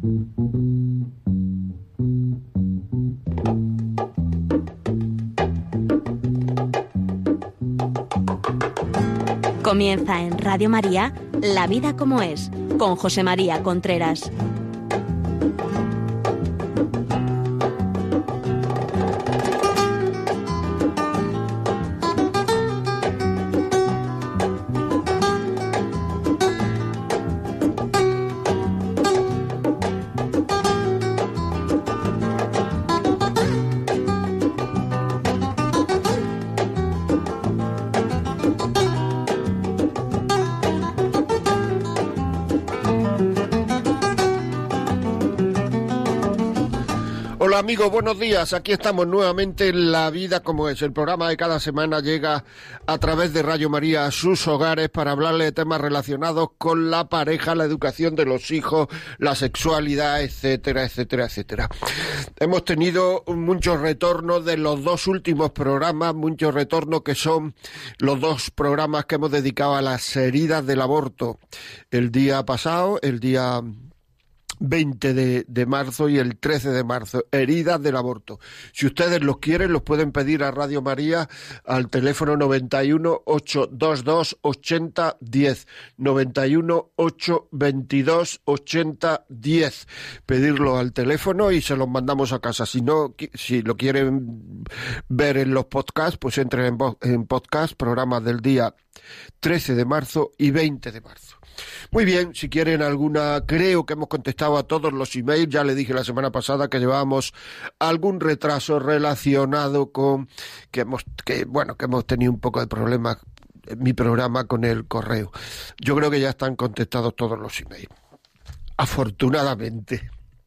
Comienza en Radio María, La vida como es, con José María Contreras. Hola amigos, buenos días. Aquí estamos nuevamente en La vida como es. El programa de cada semana llega a través de Radio María a sus hogares para hablarle de temas relacionados con la pareja, la educación de los hijos, la sexualidad, etcétera, etcétera, etcétera. Hemos tenido muchos retornos de los dos últimos programas, muchos retornos que son los dos programas que hemos dedicado a las heridas del aborto. El día pasado, el día 20 de marzo y el 13 de marzo, heridas del aborto. Si ustedes los quieren, los pueden pedir a Radio María al teléfono 91 822 8010, 91 822 8010. Pedirlo al teléfono y se los mandamos a casa. Si no, si lo quieren ver en los podcasts, pues entren en podcast, programas del día 13 de marzo y 20 de marzo. Muy bien, si quieren alguna, creo que hemos contestado a todos los emails. Ya le dije la semana pasada que llevábamos algún retraso relacionado con que hemos tenido un poco de problemas en mi programa con el correo. Yo creo que ya están contestados todos los emails, afortunadamente.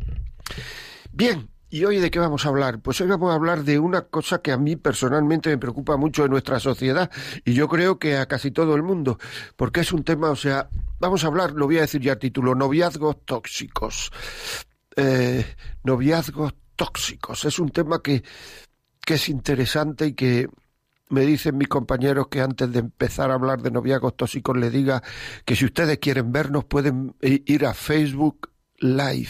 Bien. ¿Y hoy de qué vamos a hablar? Pues hoy vamos a hablar de una cosa que a mí personalmente me preocupa mucho en nuestra sociedad y yo creo que a casi todo el mundo, porque es un tema, vamos a hablar, lo voy a decir ya a título, noviazgos tóxicos. Noviazgos tóxicos. Es un tema que es interesante y que me dicen mis compañeros que antes de empezar a hablar de noviazgos tóxicos le diga que si ustedes quieren vernos pueden ir a Facebook Live,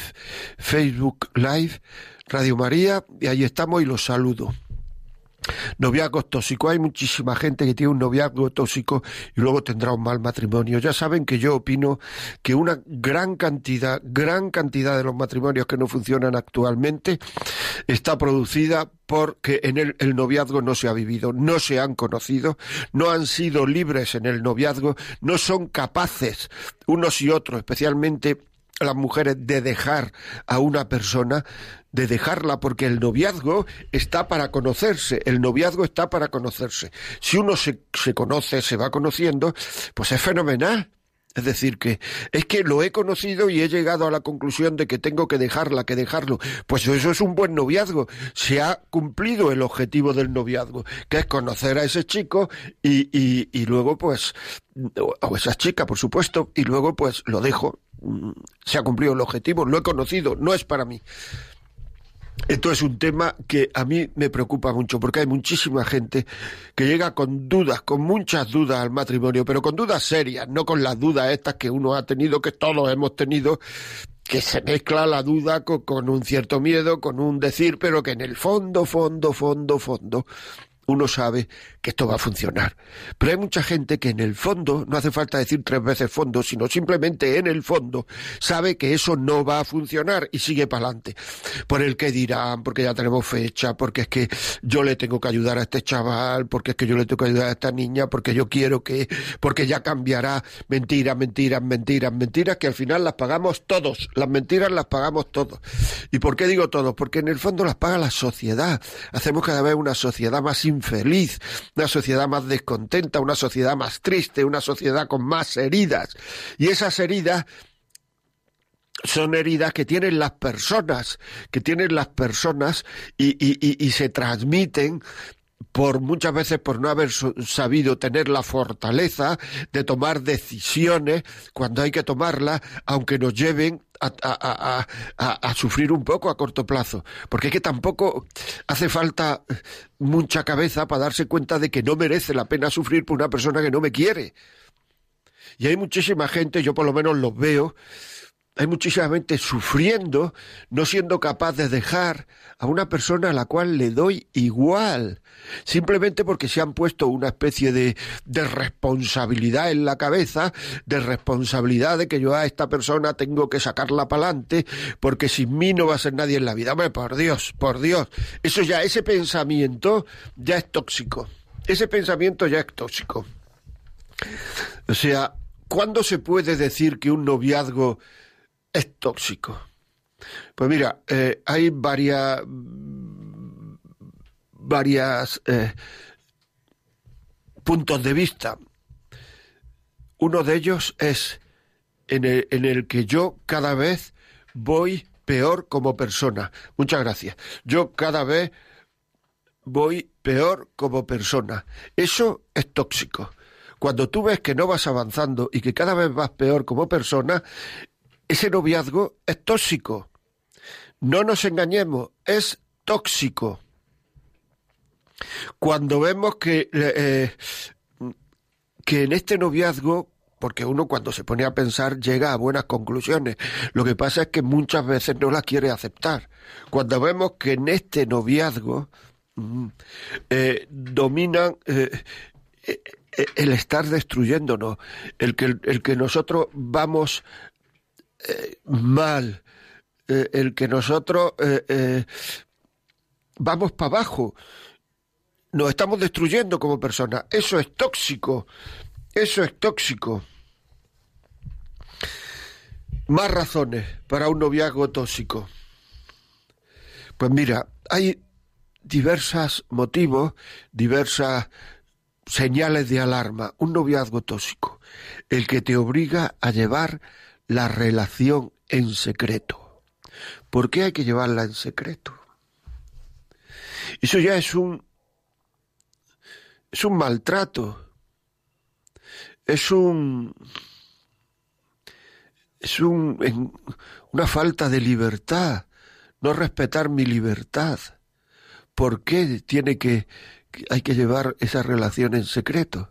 Radio María, y ahí estamos y los saludo. Noviazgos tóxicos. Hay muchísima gente que tiene un noviazgo tóxico y luego tendrá un mal matrimonio. Ya saben que yo opino que una gran cantidad de los matrimonios que no funcionan actualmente está producida porque en el noviazgo no se ha vivido, no se han conocido, no han sido libres en el noviazgo, no son capaces unos y otros, especialmente las mujeres, de dejar a una persona, de dejarla, porque el noviazgo está para conocerse, Si uno se conoce, se va conociendo, pues es fenomenal. Es decir, que es que lo he conocido y he llegado a la conclusión de que tengo que dejarlo. Pues eso es un buen noviazgo. Se ha cumplido el objetivo del noviazgo, que es conocer a ese chico y luego pues, o esa chica, por supuesto, y luego pues lo dejo. Se ha cumplido el objetivo, lo he conocido, no es para mí. Esto es un tema que a mí me preocupa mucho, porque hay muchísima gente que llega con dudas, con muchas dudas al matrimonio, pero con dudas serias, no con las dudas estas que uno ha tenido, que todos hemos tenido, que se mezcla la duda con un cierto miedo, con un decir, pero que en el fondo, uno sabe que esto va a funcionar. Pero hay mucha gente que en el fondo, no hace falta decir 3 veces fondo, sino simplemente en el fondo, sabe que eso no va a funcionar y sigue para adelante. Por el que dirán, porque ya tenemos fecha, porque es que yo le tengo que ayudar a este chaval, porque es que yo le tengo que ayudar a esta niña, porque yo quiero que, porque ya cambiará. Mentiras, que al final las pagamos todos. Las mentiras las pagamos todos. ¿Y por qué digo todos? Porque en el fondo las paga la sociedad. Hacemos cada vez una sociedad más infeliz, una sociedad más descontenta, una sociedad más triste, una sociedad con más heridas. Y esas heridas son heridas que tienen las personas y se transmiten por muchas veces por no haber sabido tener la fortaleza de tomar decisiones cuando hay que tomarlas, aunque nos lleven a sufrir un poco a corto plazo, porque es que tampoco hace falta mucha cabeza para darse cuenta de que no merece la pena sufrir por una persona que no me quiere. Y hay muchísima gente, yo por lo menos los veo, hay muchísima gente sufriendo, no siendo capaz de dejar a una persona a la cual le doy igual, simplemente porque se han puesto una especie de responsabilidad en la cabeza, de responsabilidad de que yo a esta persona tengo que sacarla para adelante, porque sin mí no va a ser nadie en la vida. Hombre, por Dios, eso ya, ese pensamiento ya es tóxico, ese pensamiento ya es tóxico. O sea, ¿cuándo se puede decir que un noviazgo es tóxico? Pues mira, hay varias puntos de vista. Uno de ellos es en el que yo cada vez voy peor como persona. Muchas gracias. Yo cada vez voy peor como persona. Eso es tóxico. Cuando tú ves que no vas avanzando y que cada vez vas peor como persona, ese noviazgo es tóxico. No nos engañemos, es tóxico. Cuando vemos que en este noviazgo, porque uno cuando se pone a pensar llega a buenas conclusiones, lo que pasa es que muchas veces no las quiere aceptar. Cuando vemos que en este noviazgo dominan el estar destruyéndonos, el que nosotros vamos mal, el que nosotros vamos para abajo, nos estamos destruyendo como personas. Eso es tóxico, eso es tóxico. Más razones para un noviazgo tóxico. Pues mira, hay diversos motivos, diversas señales de alarma. Un noviazgo tóxico, el que te obliga a llevar la relación en secreto. ¿Por qué hay que llevarla en secreto? Eso ya es un maltrato. Es una falta de libertad, no respetar mi libertad. ¿Por qué hay que llevar esa relación en secreto?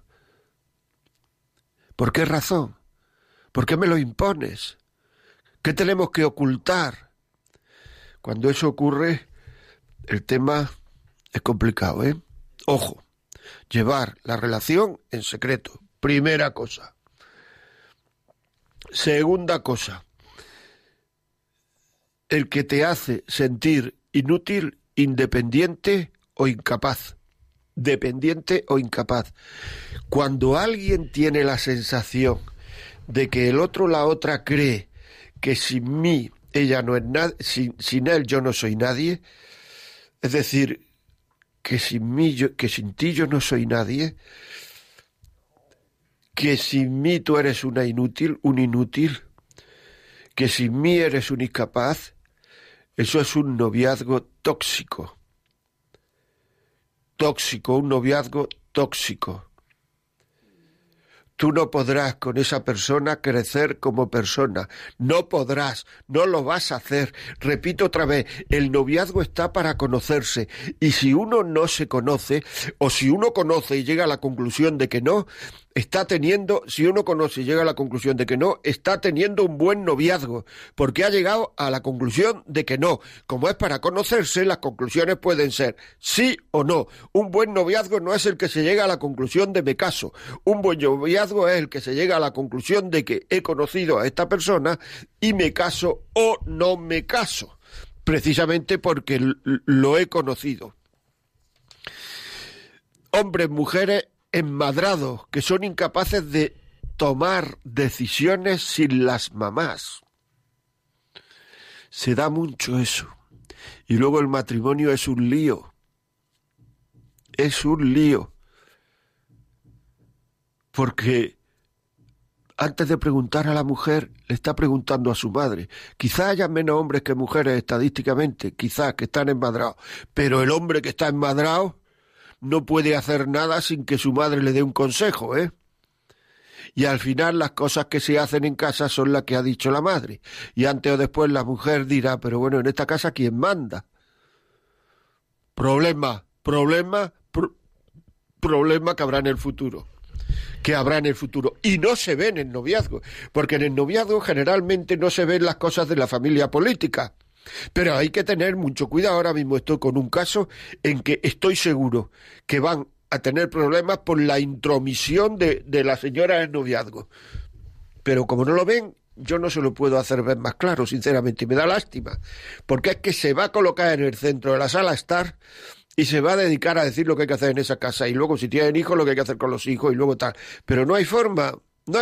¿Por qué razón? ¿Por qué me lo impones? ¿Qué tenemos que ocultar? Cuando eso ocurre, el tema es complicado, ¿eh? Ojo, llevar la relación en secreto. Primera cosa. Segunda cosa, el que te hace sentir inútil, independiente o incapaz. Dependiente o incapaz. Cuando alguien tiene la sensación de que el otro, la otra, cree que sin mí ella no es nada, sin él yo no soy nadie, es decir, que sin ti yo no soy nadie, que sin mí tú eres un inútil, que sin mí eres un incapaz, eso es un noviazgo tóxico. Tóxico, un noviazgo tóxico. Tú no podrás con esa persona crecer como persona. No podrás, no lo vas a hacer. Repito otra vez, el noviazgo está para conocerse. Y si uno no se conoce, o si uno conoce y llega a la conclusión de que no, está teniendo un buen noviazgo, porque ha llegado a la conclusión de que no. Como es para conocerse, las conclusiones pueden ser sí o no. Un buen noviazgo no es el que se llega a la conclusión de me caso. Un buen noviazgo es el que se llega a la conclusión de que he conocido a esta persona y me caso o no me caso, precisamente porque lo he conocido. Hombres, mujeres enmadrados, que son incapaces de tomar decisiones sin las mamás. Se da mucho eso. Y luego el matrimonio es un lío. Es un lío. Porque antes de preguntar a la mujer, le está preguntando a su madre. Quizá haya menos hombres que mujeres estadísticamente, quizás que están enmadrados. Pero el hombre que está enmadrado no puede hacer nada sin que su madre le dé un consejo, ¿eh? Y al final las cosas que se hacen en casa son las que ha dicho la madre. Y antes o después la mujer dirá, pero bueno, en esta casa ¿quién manda? Problema que habrá en el futuro. que habrá en el futuro. Y no se ve en el noviazgo, porque en el noviazgo generalmente no se ven las cosas de la familia política. Pero hay que tener mucho cuidado. Ahora mismo estoy con un caso en que estoy seguro que van a tener problemas por la intromisión de la señora del noviazgo. Pero como no lo ven, yo no se lo puedo hacer ver más claro, sinceramente, y me da lástima, porque es que se va a colocar en el centro de la sala a estar y se va a dedicar a decir lo que hay que hacer en esa casa, y luego si tienen hijos lo que hay que hacer con los hijos, y luego tal. Pero no hay forma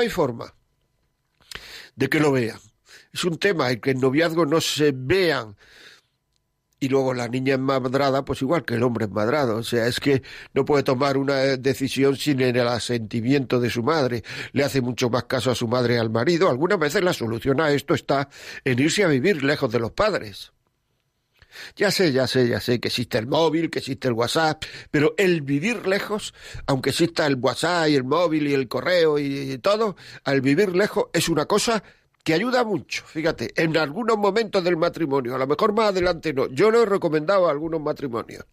de que lo vean. Es un tema en que el noviazgo no se vean. Y luego la niña enmadrada, pues igual que el hombre enmadrado. O sea, es que no puede tomar una decisión sin el asentimiento de su madre. Le hace mucho más caso a su madre y al marido. Algunas veces la solución a esto está en irse a vivir lejos de los padres. Ya sé que existe el móvil, que existe el WhatsApp, pero el vivir lejos, aunque exista el WhatsApp y el móvil y el correo y todo, al vivir lejos es una cosa que ayuda mucho, fíjate, en algunos momentos del matrimonio, a lo mejor más adelante no. Yo lo he recomendado a algunos matrimonios.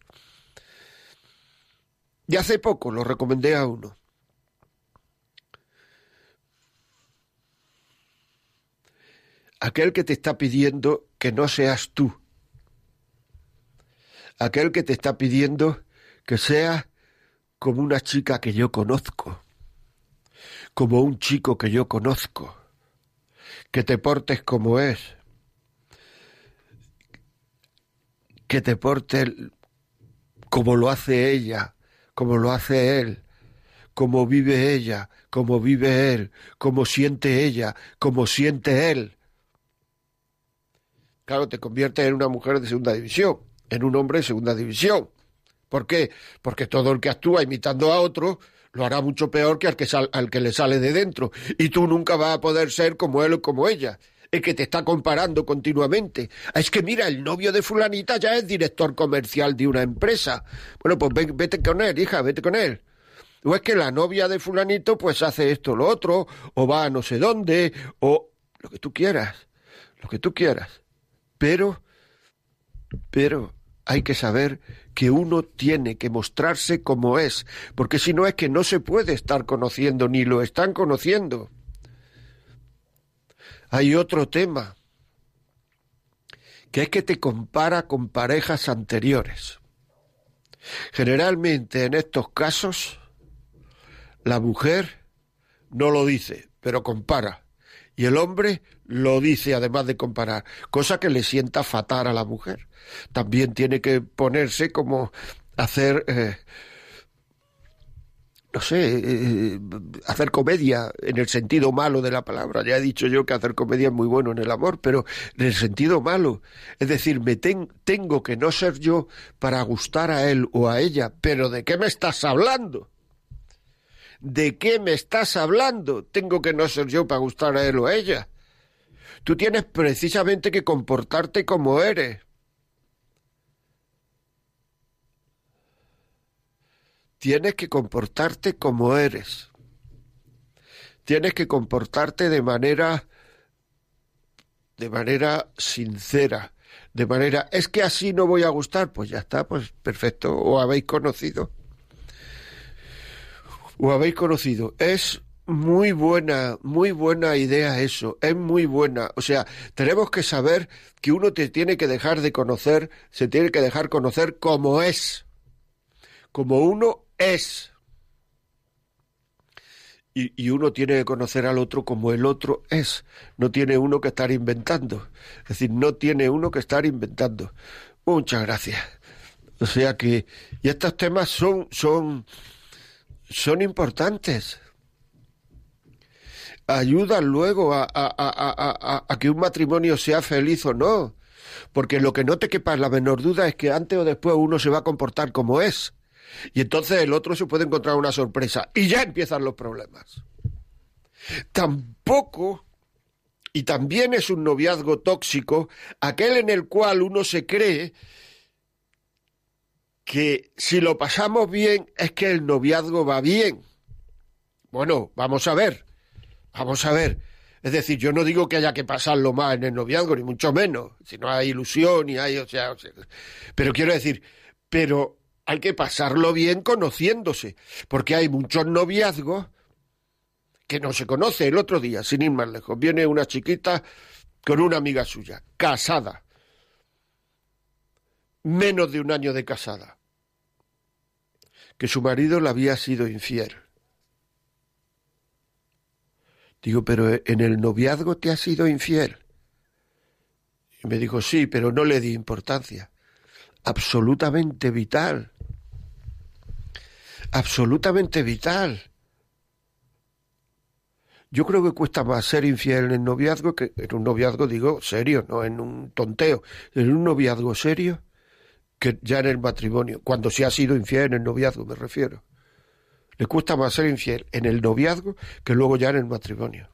Y hace poco lo recomendé a uno. Aquel que te está pidiendo que no seas tú. Aquel que te está pidiendo que seas como una chica que yo conozco, como un chico que yo conozco. Que te portes como es, que te portes como lo hace ella, como lo hace él, como vive ella, como vive él, como siente ella, como siente él. Claro, te conviertes en una mujer de segunda división, en un hombre de segunda división. ¿Por qué? Porque todo el que actúa imitando a otro lo hará mucho peor que al que le sale de dentro. Y tú nunca vas a poder ser como él o como ella. Es que te está comparando continuamente. Es que mira, el novio de fulanita ya es director comercial de una empresa. Bueno, pues vete con él, hija, vete con él. O es que la novia de fulanito pues hace esto o lo otro, o va a no sé dónde, o lo que tú quieras. Pero hay que saber que uno tiene que mostrarse como es, porque si no es que no se puede estar conociendo, ni lo están conociendo. Hay otro tema, que es que te compara con parejas anteriores. Generalmente en estos casos, la mujer no lo dice, pero compara. Y el hombre lo dice además de comparar, cosa que le sienta fatal a la mujer. También tiene que ponerse como hacer, hacer comedia en el sentido malo de la palabra. Ya he dicho yo que hacer comedia es muy bueno en el amor, pero en el sentido malo. Es decir, tengo que no ser yo para gustar a él o a ella. ¿Pero de qué me estás hablando? ¿De qué me estás hablando? Tengo que no ser yo para gustar a él o a ella. Tú tienes precisamente que comportarte como eres. Tienes que comportarte como eres. Tienes que comportarte de manera sincera. De manera, es que así no voy a gustar. Pues ya está, pues perfecto. O habéis conocido. Es muy buena idea eso, es muy buena. O sea, tenemos que saber que uno te tiene que dejar de conocer, se tiene que dejar conocer como es, como uno es. Y uno tiene que conocer al otro como el otro es. No tiene uno que estar inventando. Es decir, no tiene uno que estar inventando. Muchas gracias. O sea que, y estos temas son importantes. Ayudan luego a que un matrimonio sea feliz o no. Porque lo que no te quepa la menor duda es que antes o después uno se va a comportar como es. Y entonces el otro se puede encontrar una sorpresa. Y ya empiezan los problemas. Tampoco, y también es un noviazgo tóxico, aquel en el cual uno se cree que si lo pasamos bien es que el noviazgo va bien. Bueno, vamos a ver. Es decir, yo no digo que haya que pasarlo mal en el noviazgo, ni mucho menos. Si no hay ilusión, ni hay, pero quiero decir, hay que pasarlo bien conociéndose. Porque hay muchos noviazgos que no se conoce. El otro día, sin ir más lejos, viene una chiquita con una amiga suya, casada, menos de un año de casada, que su marido le había sido infiel. Digo, pero ¿en el noviazgo te ha sido infiel? Y me dijo, sí, pero no le di importancia. Absolutamente vital. Absolutamente vital. Yo creo que cuesta más ser infiel en el noviazgo que en un noviazgo, digo, serio, no en un tonteo, en un noviazgo serio que ya en el matrimonio, cuando se ha sido infiel en el noviazgo, me refiero. Le cuesta más ser infiel en el noviazgo que luego ya en el matrimonio.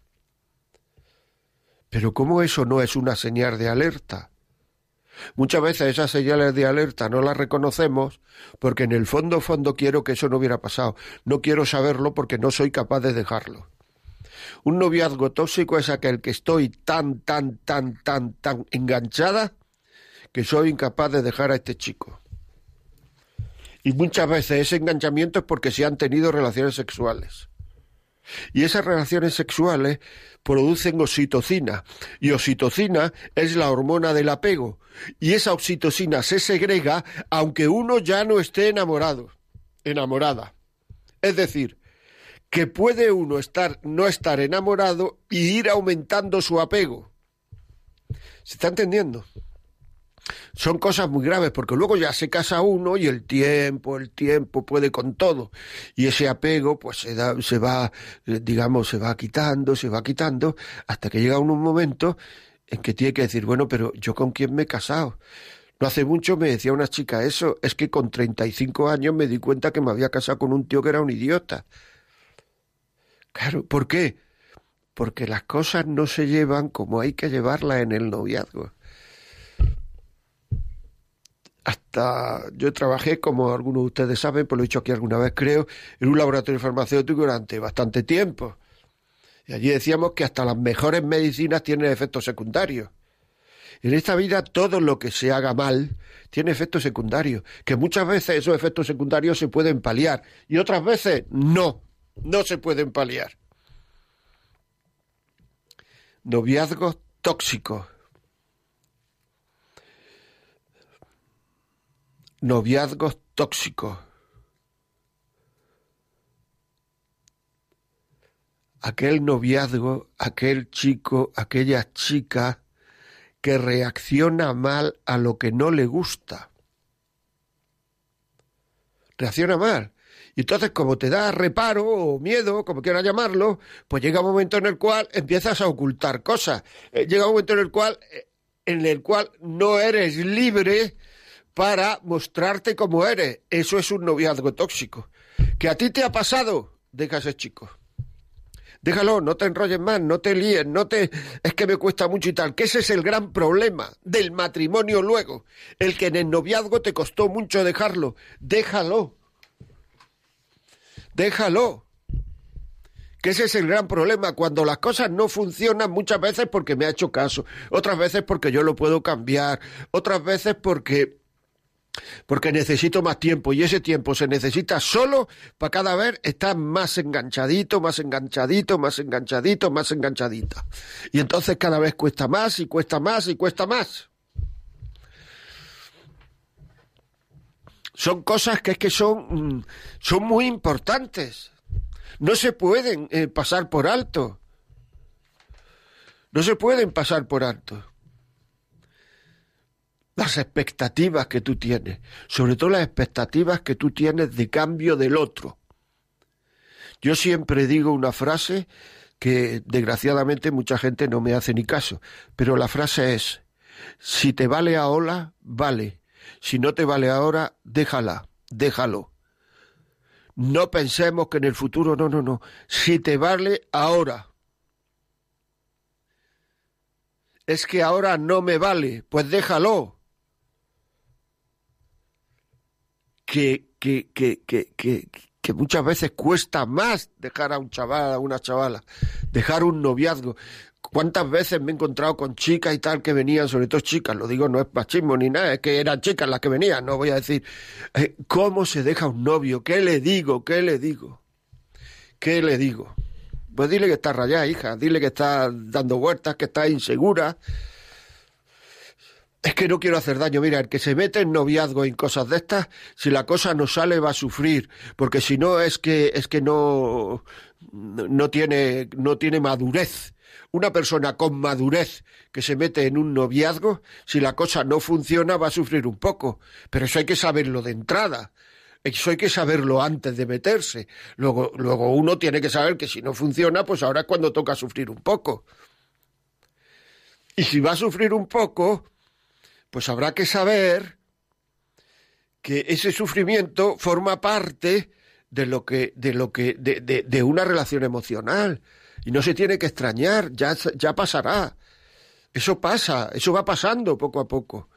Pero ¿cómo eso no es una señal de alerta? Muchas veces esas señales de alerta no las reconocemos porque en el fondo quiero que eso no hubiera pasado. No quiero saberlo porque no soy capaz de dejarlo. Un noviazgo tóxico es aquel que estoy tan enganchada que soy incapaz de dejar a este chico. Y muchas veces ese enganchamiento es porque se han tenido relaciones sexuales. Y esas relaciones sexuales producen oxitocina. Y oxitocina es la hormona del apego. Y esa oxitocina se segrega aunque uno ya no esté enamorada. Es decir, que puede uno no estar enamorado y ir aumentando su apego. ¿Se está entendiendo? Son cosas muy graves porque luego ya se casa uno y el tiempo puede con todo y ese apego pues se va quitando hasta que llega un momento en que tiene que decir, bueno, pero ¿yo con quién me he casado? No hace mucho me decía una chica eso, es que con 35 años me di cuenta que me había casado con un tío que era un idiota. Claro, ¿por qué? Porque las cosas no se llevan como hay que llevarlas en el noviazgo. Yo trabajé, como algunos de ustedes saben, pues lo he dicho aquí alguna vez creo, en un laboratorio farmacéutico durante bastante tiempo. Y allí decíamos que hasta las mejores medicinas tienen efectos secundarios. En esta vida todo lo que se haga mal tiene efectos secundarios, que muchas veces esos efectos secundarios se pueden paliar y otras veces no se pueden paliar. Noviazgos tóxicos. Noviazgos tóxicos. Aquel noviazgo, aquel chico, aquella chica que reacciona mal a lo que no le gusta. Reacciona mal. Y entonces, como te da reparo o miedo, como quieras llamarlo, pues llega un momento en el cual empiezas a ocultar cosas. Llega un momento en el cual no eres libre para mostrarte como eres. Eso es un noviazgo tóxico. ¿Que a ti te ha pasado? Deja a ese chico. Déjalo, no te enrolles más, no te líes, es que me cuesta mucho y tal. Que ese es el gran problema del matrimonio luego. El que en el noviazgo te costó mucho dejarlo. Déjalo. Que ese es el gran problema. Cuando las cosas no funcionan, muchas veces porque me ha hecho caso, otras veces porque yo lo puedo cambiar, otras veces porque necesito más tiempo y ese tiempo se necesita solo para cada vez estar más enganchadita. Y entonces cada vez cuesta más y cuesta más y cuesta más. Son cosas que son muy importantes. No se pueden pasar por alto. No se pueden pasar por alto. Las expectativas que tú tienes, sobre todo las expectativas que tú tienes de cambio del otro. Yo siempre digo una frase que desgraciadamente mucha gente no me hace ni caso, pero la frase es, si te vale ahora, vale. Si no te vale ahora, déjalo. No pensemos que en el futuro, no. Si te vale ahora. Es que ahora no me vale, pues déjalo. Que muchas veces cuesta más dejar a un chaval, a una chavala, dejar un noviazgo. ¿Cuántas veces me he encontrado con chicas y tal que venían, sobre todo chicas, lo digo, no es machismo ni nada, es que eran chicas las que venían, no voy a decir, ¿cómo se deja un novio? ¿Qué le digo? Pues dile que está rayada, hija, dile que está dando vueltas, que está insegura. Es que no quiero hacer daño. Mira, el que se mete en noviazgo y en cosas de estas, si la cosa no sale va a sufrir, porque si no es que no tiene madurez. Una persona con madurez que se mete en un noviazgo, si la cosa no funciona va a sufrir un poco, pero eso hay que saberlo de entrada. Eso hay que saberlo antes de meterse. Luego uno tiene que saber que si no funciona, pues ahora es cuando toca sufrir un poco. Y si va a sufrir un poco, pues habrá que saber que ese sufrimiento forma parte de una relación emocional. Y no se tiene que extrañar, ya pasará. Eso pasa, eso va pasando poco a poco.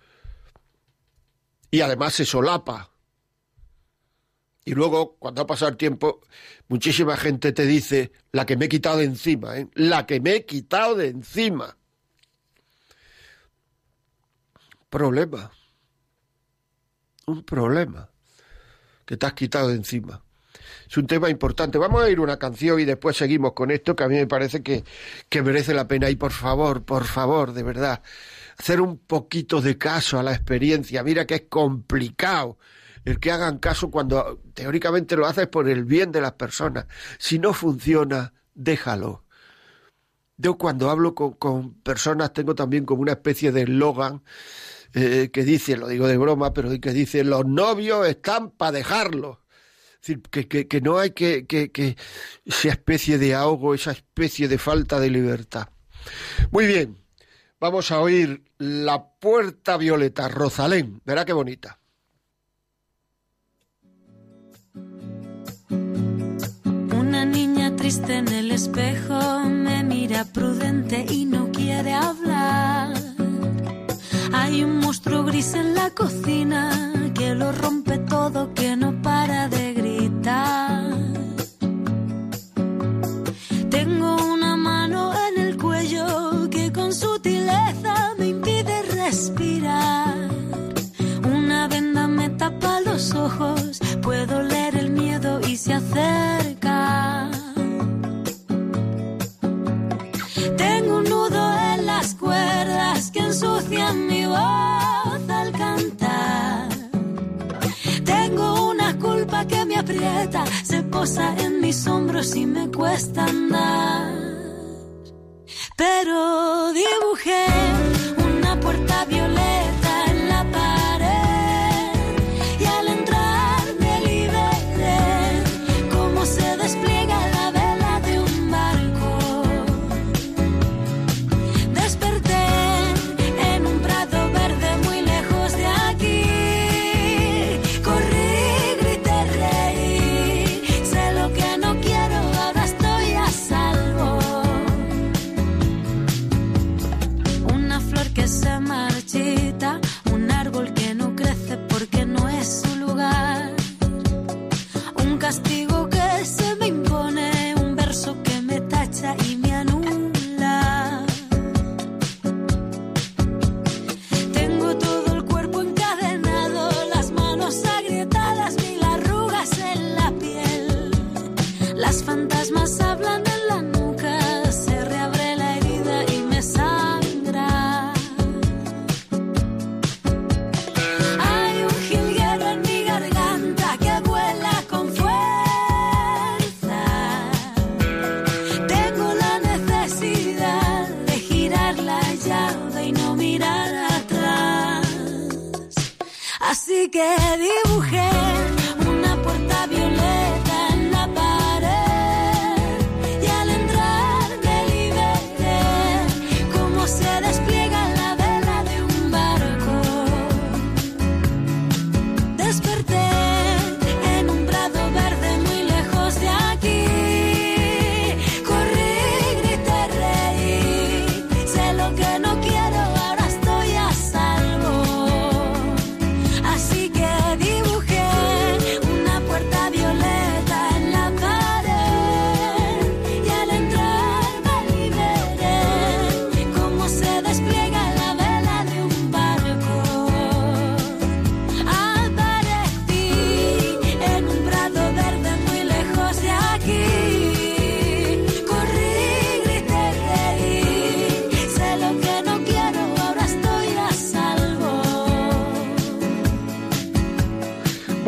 Y además se solapa. Y luego, cuando ha pasado el tiempo, muchísima gente te dice, la que me he quitado de encima, ¿eh? La que me he quitado de encima. Un problema que te has quitado de encima. Es un tema importante. Vamos a ir una canción y después seguimos con esto, que a mí me parece que merece la pena. Y por favor, de verdad, hacer un poquito de caso a la experiencia. Mira que es complicado el que hagan caso cuando teóricamente lo haces por el bien de las personas. Si no funciona, déjalo. Yo cuando hablo con personas tengo también como una especie de eslogan que dice, lo digo de broma, pero que dice, los novios están para dejarlo. Es decir, que no hay que esa especie de ahogo, esa especie de falta de libertad. Muy bien, vamos a oír La Puerta Violeta, Rosalén. Verá qué bonita. Una niña triste en el espejo me mira prudente y no quiere hablar. Hay un monstruo gris en la cocina que lo rompe todo, que no para de gritar. Tengo una mano en el cuello que con sutileza me impide respirar. Una venda me tapa los ojos, puedo leer el miedo y se acerca. Tengo un nudo en las cuerdas que ensucian mi voz al cantar. Tengo una culpa que me aprieta, se posa en mis hombros y me cuesta andar. Pero dibujé una puerta violeta en la pared y al entrar me liberé, como se despliega la vela de un barco. Desperté en un prado verde muy lejos de aquí. Corrí, grité, reí. Sé lo que no quiero, ahora estoy a salvo. Una flor que se marchita, un árbol que no crece porque no es su lugar. Un castigo que se me impone, un verso que me tacha y me anula. Tengo todo el cuerpo encadenado, las manos agrietadas, mil arrugas en la piel. Las fantasmas hablan en la nuca, se reabre la herida y me sangra. Hay un jilguero en mi garganta que vuela con fuerza. Tengo la necesidad de girar la llave y no mirar atrás. Así que dibujé una puerta violeta en la pared y al entrar me liberé, como se despliega la vela de un barco. Desperté en un prado verde muy lejos de aquí. Corrí, grité, reí. Sé lo que no quiero, ahora estoy a salvo. Así que dibujé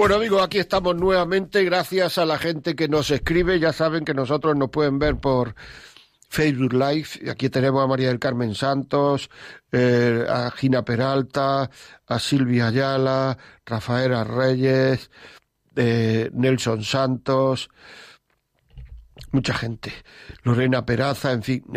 Bueno, amigos, aquí estamos nuevamente, gracias a la gente que nos escribe. Ya saben que nosotros nos pueden ver por Facebook Live. Aquí tenemos a María del Carmen Santos, a Gina Peralta, a Silvia Ayala, Rafaela Reyes, Nelson Santos, mucha gente, Lorena Peraza, en fin,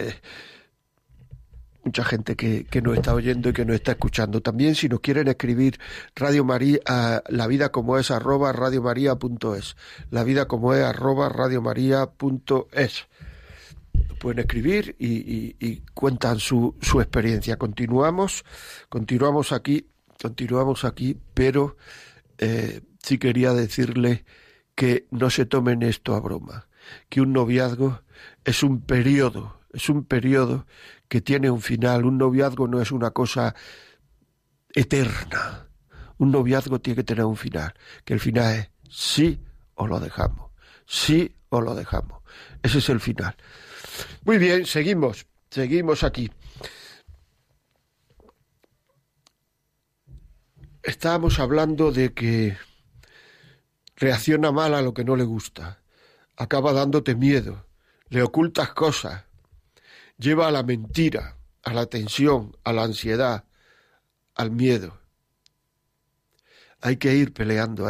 mucha gente que nos está oyendo y que nos está escuchando. También, si nos quieren escribir, Radio María, la vida como es @radiomaria.es, la vida como es @radiomaria.es. Pueden escribir y cuentan su experiencia. Continuamos aquí, pero sí quería decirle que no se tomen esto a broma, que un noviazgo es un periodo que tiene un final. Un noviazgo no es una cosa eterna. Un noviazgo tiene que tener un final, que el final es sí o lo dejamos, sí o lo dejamos. Ese es el final. Muy bien, seguimos aquí. Estábamos hablando de que reacciona mal a lo que no le gusta, acaba dándote miedo, le ocultas cosas, lleva a la mentira, a la tensión, a la ansiedad, al miedo. Hay que ir peleando.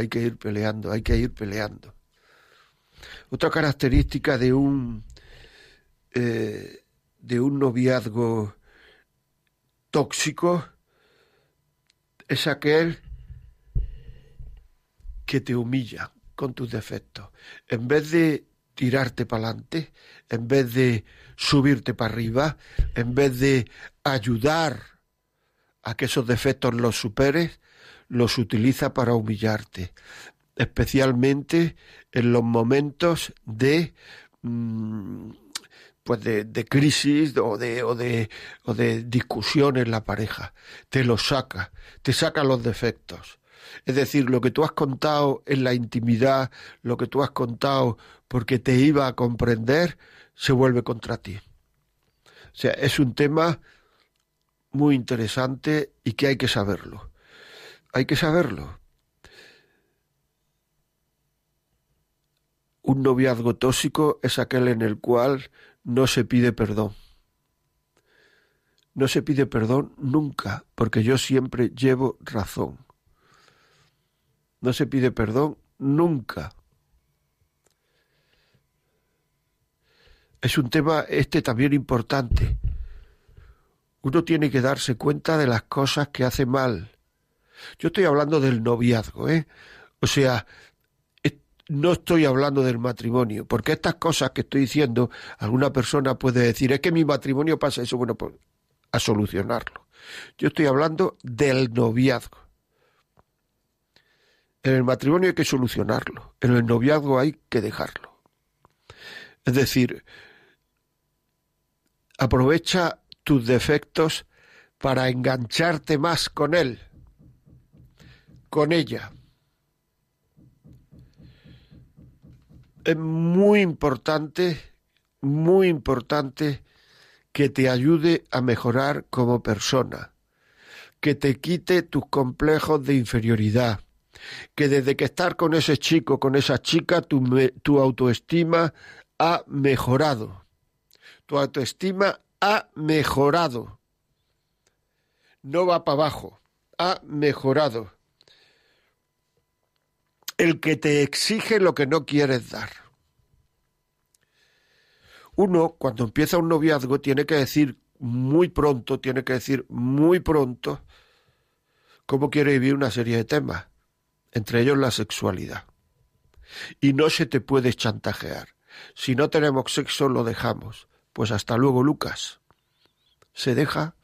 Otra característica de un noviazgo tóxico es aquel que te humilla con tus defectos. En vez de tirarte para adelante, en vez de subirte para arriba, en vez de ayudar a que esos defectos los superes, los utiliza para humillarte, especialmente en los momentos de crisis o de discusión en la pareja. Te saca los defectos. Es decir, lo que tú has contado en la intimidad, lo que tú has contado porque te iba a comprender, se vuelve contra ti. O sea, es un tema muy interesante y que hay que saberlo. Un noviazgo tóxico es aquel en el cual no se pide perdón. No se pide perdón nunca, porque yo siempre llevo razón. No se pide perdón nunca. Es un tema también importante. Uno tiene que darse cuenta de las cosas que hace mal. Yo estoy hablando del noviazgo, O sea, no estoy hablando del matrimonio, porque estas cosas que estoy diciendo, alguna persona puede decir, es que en mi matrimonio pasa eso, bueno, pues a solucionarlo. Yo estoy hablando del noviazgo. En el matrimonio hay que solucionarlo, en el noviazgo hay que dejarlo. Es decir, aprovecha tus defectos para engancharte más con él, con ella. Es muy importante que te ayude a mejorar como persona, que te quite tus complejos de inferioridad, que desde que estás con ese chico, con esa chica, tu autoestima ha mejorado. Tu autoestima ha mejorado. No va para abajo, ha mejorado. El que te exige lo que no quieres dar. Uno, cuando empieza un noviazgo, tiene que decir muy pronto cómo quiere vivir una serie de temas, entre ellos la sexualidad. Y no se te puede chantajear. Si no tenemos sexo, lo dejamos. Pues hasta luego, Lucas. Se deja.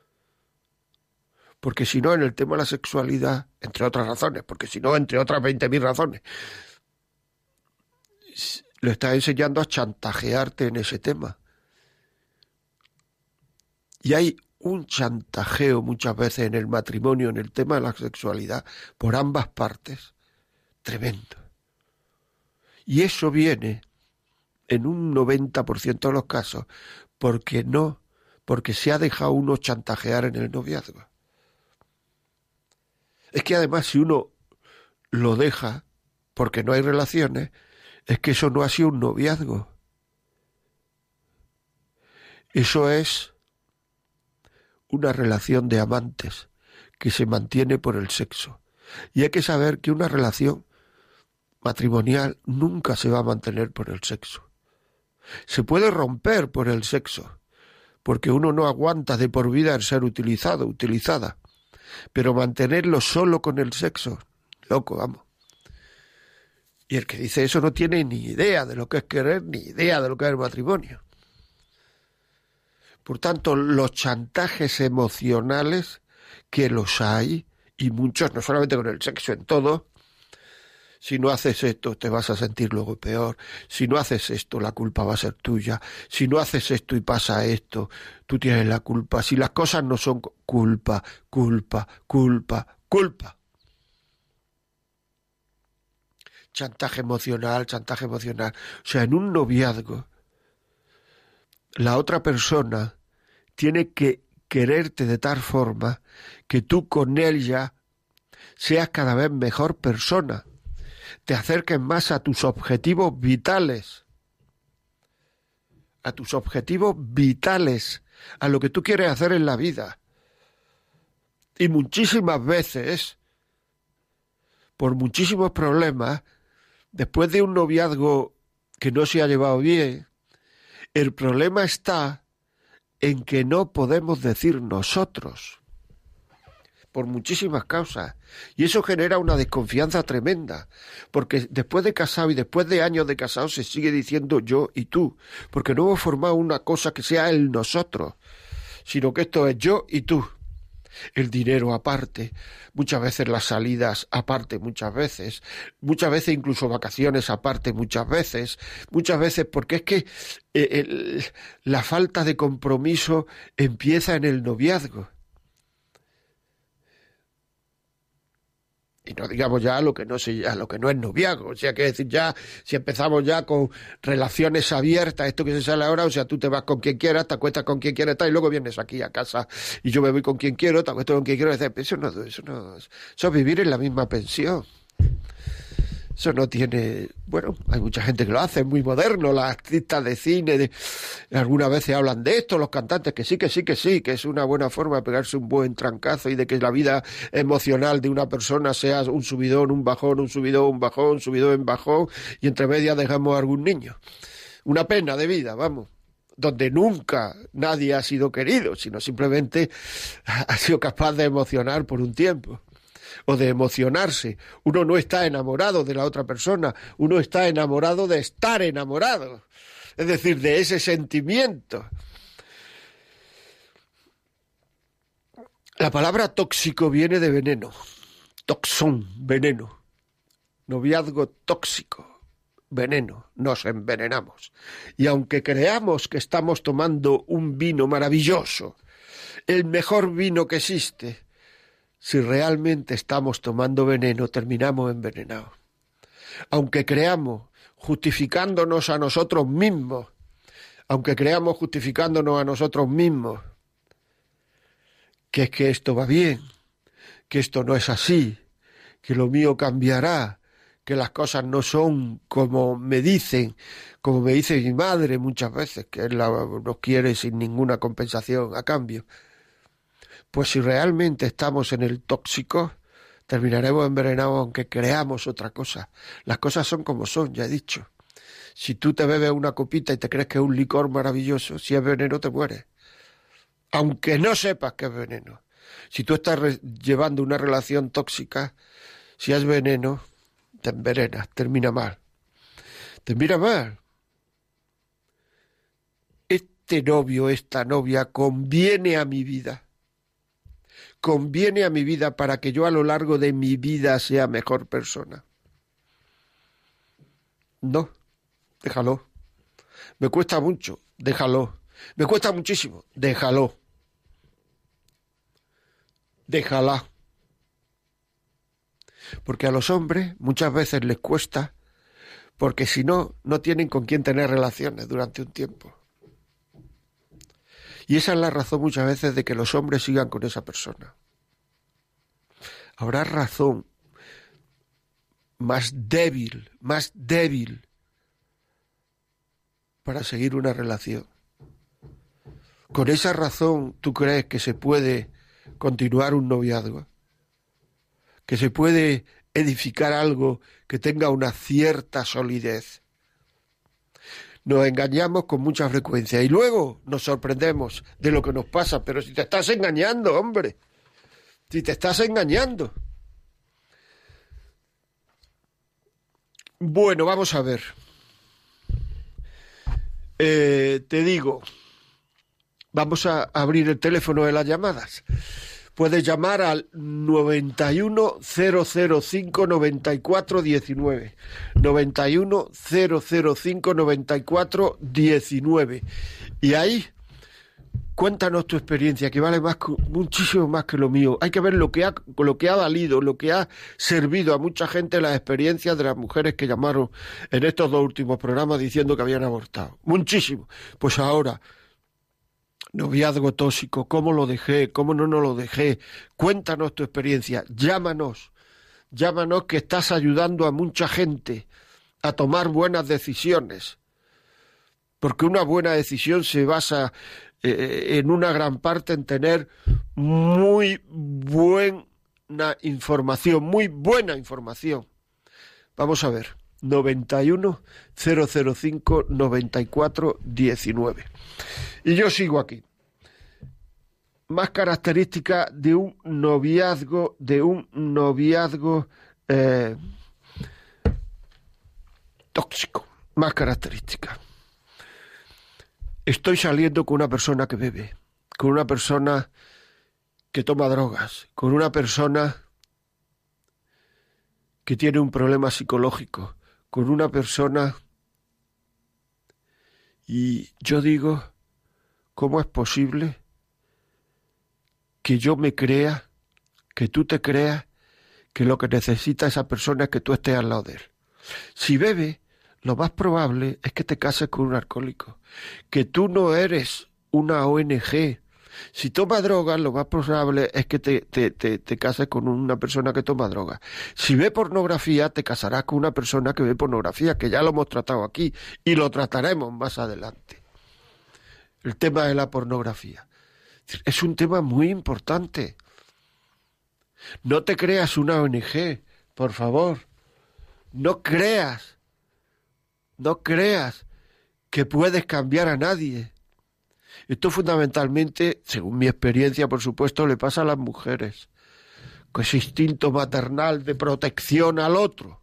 Porque si no, en el tema de la sexualidad, entre otras razones, porque si no, entre otras 20.000 razones, le estás enseñando a chantajearte en ese tema. Y hay un chantajeo muchas veces en el matrimonio, en el tema de la sexualidad, por ambas partes, tremendo. Y eso viene, en un 90% de los casos, porque se ha dejado uno chantajear en el noviazgo. Es que además, si uno lo deja porque no hay relaciones, es que eso no ha sido un noviazgo. Eso es una relación de amantes que se mantiene por el sexo. Y hay que saber que una relación matrimonial nunca se va a mantener por el sexo. Se puede romper por el sexo, porque uno no aguanta de por vida el ser utilizado, utilizada. Pero mantenerlo solo con el sexo, loco, vamos. Y el que dice eso no tiene ni idea de lo que es querer, ni idea de lo que es el matrimonio. Por tanto, los chantajes emocionales, que los hay, y muchos, no solamente con el sexo, en todo. Si no haces esto, te vas a sentir luego peor. Si no haces esto, la culpa va a ser tuya. Si no haces esto y pasa esto, tú tienes la culpa. Si las cosas no son culpa, culpa, culpa, culpa. Chantaje emocional, chantaje emocional. O sea, en un noviazgo, la otra persona tiene que quererte de tal forma que tú con ella seas cada vez mejor persona. Te acerques más a tus objetivos vitales. A tus objetivos vitales. A lo que tú quieres hacer en la vida. Y muchísimas veces, por muchísimos problemas, después de un noviazgo que no se ha llevado bien, el problema está en que no podemos decir nosotros, por muchísimas causas, y eso genera una desconfianza tremenda, porque después de casado y después de años de casado se sigue diciendo yo y tú, porque no hemos formado una cosa que sea el nosotros, sino que esto es yo y tú. El dinero aparte, muchas veces las salidas aparte, muchas veces incluso vacaciones aparte, muchas veces, porque es que la falta de compromiso empieza en el noviazgo. Y no digamos ya lo que no es noviazgo, o sea, que decir ya, si empezamos ya con relaciones abiertas, esto que se sale ahora, o sea, tú te vas con quien quieras, te acuestas con quien quieras, y luego vienes aquí a casa y yo me voy con quien quiero, te acuesto con quien quiero, eso es vivir en la misma pensión. Eso no tiene... Bueno, hay mucha gente que lo hace, es muy moderno, las artistas de cine, algunas veces hablan de esto, los cantantes, que sí, que es una buena forma de pegarse un buen trancazo y de que la vida emocional de una persona sea un subidón, un bajón, un subidón, un bajón, un subidón, un bajón, y entre medias dejamos a algún niño. Una pena de vida, vamos, donde nunca nadie ha sido querido, sino simplemente ha sido capaz de emocionar por un tiempo. O de emocionarse. Uno no está enamorado de la otra persona, uno está enamorado de estar enamorado. Es decir, de ese sentimiento. La palabra tóxico viene de veneno. Toxón, veneno. Noviazgo tóxico, veneno. Nos envenenamos. Y aunque creamos que estamos tomando un vino maravilloso, el mejor vino que existe, si realmente estamos tomando veneno, terminamos envenenados. Aunque creamos, justificándonos a nosotros mismos, que es que esto va bien, que esto no es así, que lo mío cambiará, que las cosas no son como me dice mi madre muchas veces, que él nos quiere sin ninguna compensación a cambio. Pues si realmente estamos en el tóxico, terminaremos envenenados aunque creamos otra cosa. Las cosas son como son, ya he dicho. Si tú te bebes una copita y te crees que es un licor maravilloso, si es veneno te mueres. Aunque no sepas que es veneno. Si tú estás llevando una relación tóxica, si es veneno, te envenenas, termina mal. Termina mal. Este novio, esta novia conviene a mi vida. Conviene a mi vida para que yo a lo largo de mi vida sea mejor persona. No, déjalo. Me cuesta mucho, déjalo. Me cuesta muchísimo, déjalo. Déjala. Porque a los hombres muchas veces les cuesta, porque si no, no tienen con quién tener relaciones durante un tiempo. Y esa es la razón muchas veces de que los hombres sigan con esa persona. Habrá razón más débil para seguir una relación. ¿Con esa razón tú crees que se puede continuar un noviazgo? ¿Que se puede edificar algo que tenga una cierta solidez? Nos engañamos con mucha frecuencia y luego nos sorprendemos de lo que nos pasa. Pero si te estás engañando, hombre, si te estás engañando. Bueno, vamos a ver. Te digo, vamos a abrir el teléfono de las llamadas. Puedes llamar al 91-005-9419. 91-005-9419. Y ahí, cuéntanos tu experiencia, que vale muchísimo más que lo mío. Hay que ver lo que ha valido, lo que ha servido a mucha gente las experiencias de las mujeres que llamaron en estos 2 últimos programas diciendo que habían abortado. Muchísimo. Pues ahora, noviazgo tóxico, ¿cómo lo dejé? ¿Cómo no lo dejé? Cuéntanos tu experiencia, llámanos que estás ayudando a mucha gente a tomar buenas decisiones, porque una buena decisión se basa en una gran parte en tener muy buena información. Vamos a ver, 91-005-9419. Y yo sigo aquí. Más características de un noviazgo tóxico. Más características. Estoy saliendo con una persona que bebe, con una persona que toma drogas, con una persona que tiene un problema psicológico, con una persona... Y yo digo, ¿cómo es posible que yo me crea, que tú te creas, que lo que necesita esa persona es que tú estés al lado de él? Si bebe, lo más probable es que te cases con un alcohólico, que tú no eres una ONG. Si toma drogas, lo más probable es que te cases con una persona que toma drogas. Si ve pornografía, te casarás con una persona que ve pornografía, que ya lo hemos tratado aquí y lo trataremos más adelante. El tema de la pornografía. Es un tema muy importante. No te creas una ONG, por favor. No creas que puedes cambiar a nadie. Esto fundamentalmente, según mi experiencia, por supuesto, le pasa a las mujeres, con ese instinto maternal de protección al otro.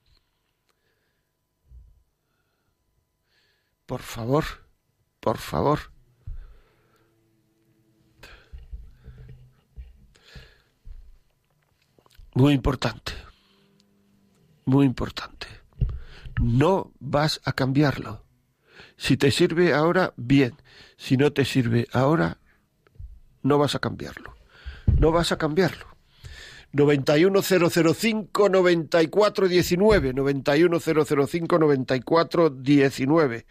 Por favor. Muy importante. No vas a cambiarlo. Si te sirve ahora, bien. Si no te sirve ahora, no vas a cambiarlo. 91005-9419. 91005-9419.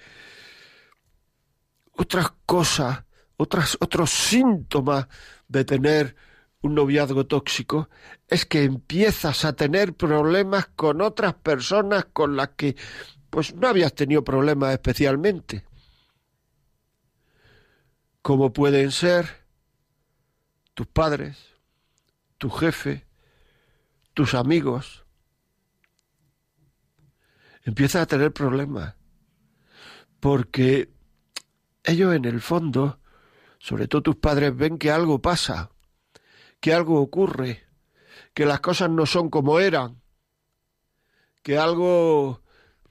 Otras cosas, otros síntomas de tener un noviazgo tóxico es que empiezas a tener problemas con otras personas con las que pues no habías tenido problemas especialmente, como pueden ser tus padres, tu jefe, tus amigos. Empiezas a tener problemas porque ellos en el fondo, sobre todo tus padres, ven que algo pasa, que algo ocurre, que las cosas no son como eran, que algo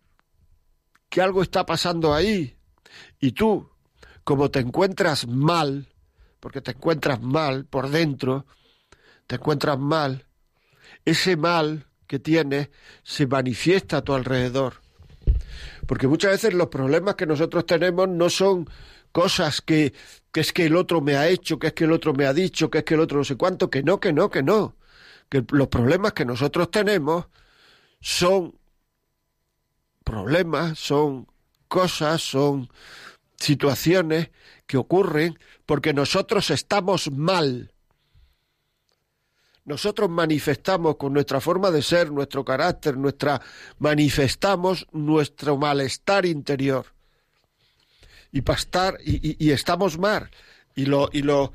está pasando ahí. Y tú, como te encuentras mal, porque te encuentras mal por dentro, te encuentras mal, ese mal que tienes se manifiesta a tu alrededor. Porque muchas veces los problemas que nosotros tenemos no son cosas que es que el otro me ha hecho, que es que el otro me ha dicho, que es que el otro no sé cuánto, que no. Que los problemas que nosotros tenemos son problemas, son cosas, son situaciones que ocurren porque nosotros estamos mal. nosotros manifestamos con nuestra forma de ser, nuestro carácter, manifestamos nuestro malestar interior. Y estamos mal. Y lo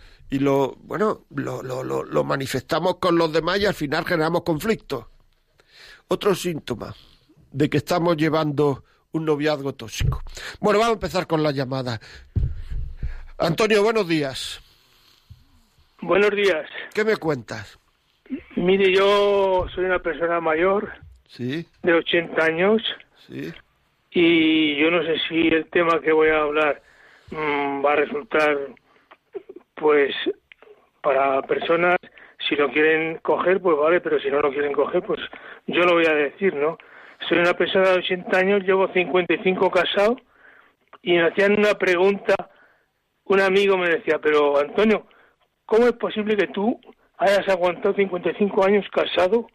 manifestamos con los demás y al final generamos conflictos. Otro síntoma de que estamos llevando un noviazgo tóxico. Bueno, vamos a empezar con la llamada. Antonio, buenos días. Buenos días. ¿Qué me cuentas? Mire, yo soy una persona mayor, ¿sí?, de 80 años, ¿sí?, y yo no sé si el tema que voy a hablar va a resultar, pues, para personas, si lo quieren coger, pues vale, pero si no lo quieren coger, pues yo lo voy a decir, ¿no? Soy una persona de 80 años, llevo 55 casado, y me hacían una pregunta, un amigo me decía, pero Antonio, ¿cómo es posible que tú hayas aguantado 55 años casado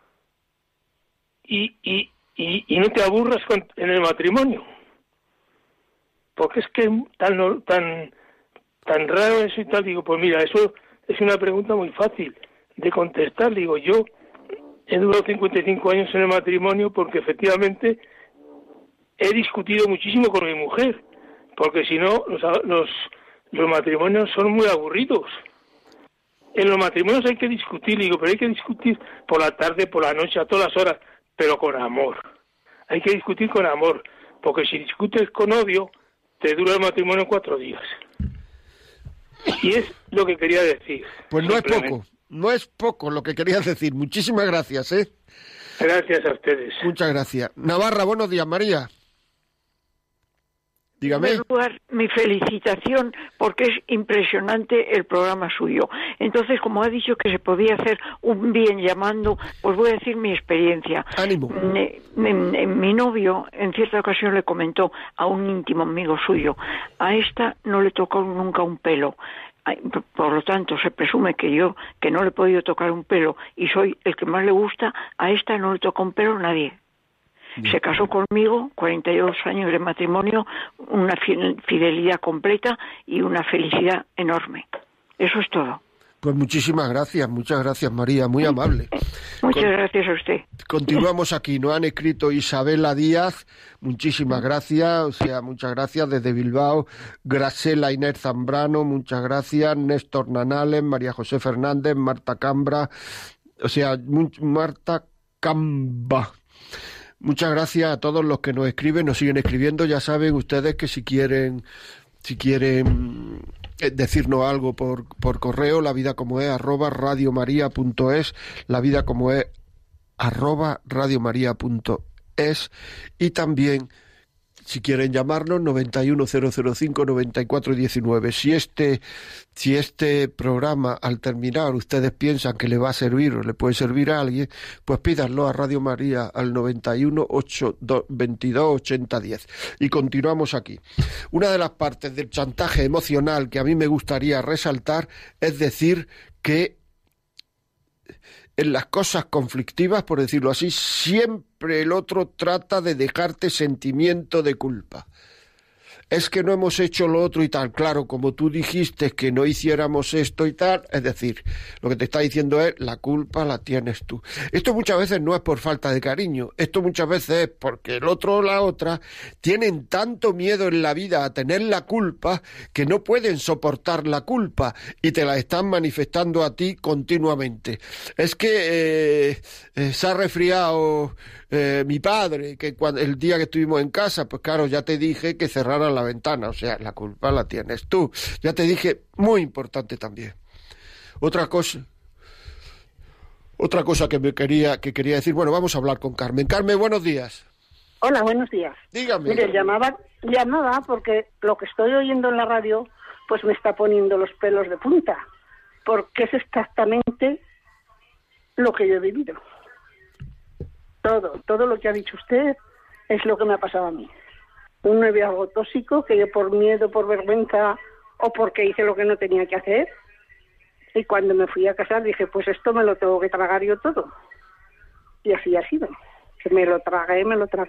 y no te aburras en el matrimonio? Porque es que es tan raro eso y tal. Digo, pues mira, eso es una pregunta muy fácil de contestar. Digo, yo he durado 55 años en el matrimonio porque efectivamente he discutido muchísimo con mi mujer, porque si no los matrimonios son muy aburridos. En los matrimonios hay que discutir, digo, pero hay que discutir por la tarde, por la noche, a todas las horas, pero con amor. Hay que discutir con amor, porque si discutes con odio, te dura el matrimonio 4 días. Y es lo que quería decir. Pues no es poco lo que querías decir. Muchísimas gracias, ¿eh? Gracias a ustedes. Muchas gracias. Navarra, buenos días, María. Dígame. En primer lugar, mi felicitación porque es impresionante el programa suyo. Entonces, como ha dicho que se podía hacer un bien llamando, pues voy a decir mi experiencia. Ánimo. Mi novio en cierta ocasión le comentó a un íntimo amigo suyo, a esta no le tocó nunca un pelo. Por lo tanto, se presume que yo, que no le he podido tocar un pelo y soy el que más le gusta, a esta no le tocó un pelo nadie. Se casó conmigo, 42 años de matrimonio, una fidelidad completa y una felicidad enorme. Eso es todo. Pues muchas gracias María, muy amable. Muchas gracias a usted. Continuamos aquí, nos han escrito Isabela Díaz, muchísimas gracias, muchas gracias desde Bilbao, Graciela Inés Zambrano, muchas gracias, Néstor Nanales, María José Fernández, Marta Cambra, Marta Camba. Muchas gracias a todos los que nos escriben, nos siguen escribiendo. Ya saben ustedes que si quieren decirnos algo por correo, lavidacomoes@radiomaria.es, lavidacomoes@radiomaria.es, y también si quieren llamarnos 91005-9419. Si este programa al terminar ustedes piensan que le va a servir o le puede servir a alguien, pues pídanlo a Radio María al 91-822-8010. Y continuamos aquí. Una de las partes del chantaje emocional que a mí me gustaría resaltar es decir que en las cosas conflictivas, por decirlo así, siempre el otro trata de dejarte sentimiento de culpa. Es que no hemos hecho lo otro y tal. Claro, como tú dijiste que no hiciéramos esto y tal, es decir, lo que te está diciendo es la culpa la tienes tú. Esto muchas veces no es por falta de cariño, esto muchas veces es porque el otro o la otra tienen tanto miedo en la vida a tener la culpa que no pueden soportar la culpa y te la están manifestando a ti continuamente. Es que se ha resfriado mi padre, que el día que estuvimos en casa, pues claro, ya te dije que cerraras la ventana, o sea, la culpa la tienes tú. Ya te dije, muy importante también. Otra cosa que quería decir, bueno, vamos a hablar con Carmen. Carmen, buenos días. Hola, buenos días. Dígame. Mire, llamaba porque lo que estoy oyendo en la radio, pues me está poniendo los pelos de punta, porque es exactamente lo que yo he vivido. Todo lo que ha dicho usted es lo que me ha pasado a mí. Un noviazgo tóxico que yo por miedo, por vergüenza o porque hice lo que no tenía que hacer, y cuando me fui a casar dije, pues esto me lo tengo que tragar yo todo. Y así ha sido. Que me lo tragué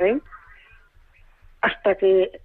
hasta que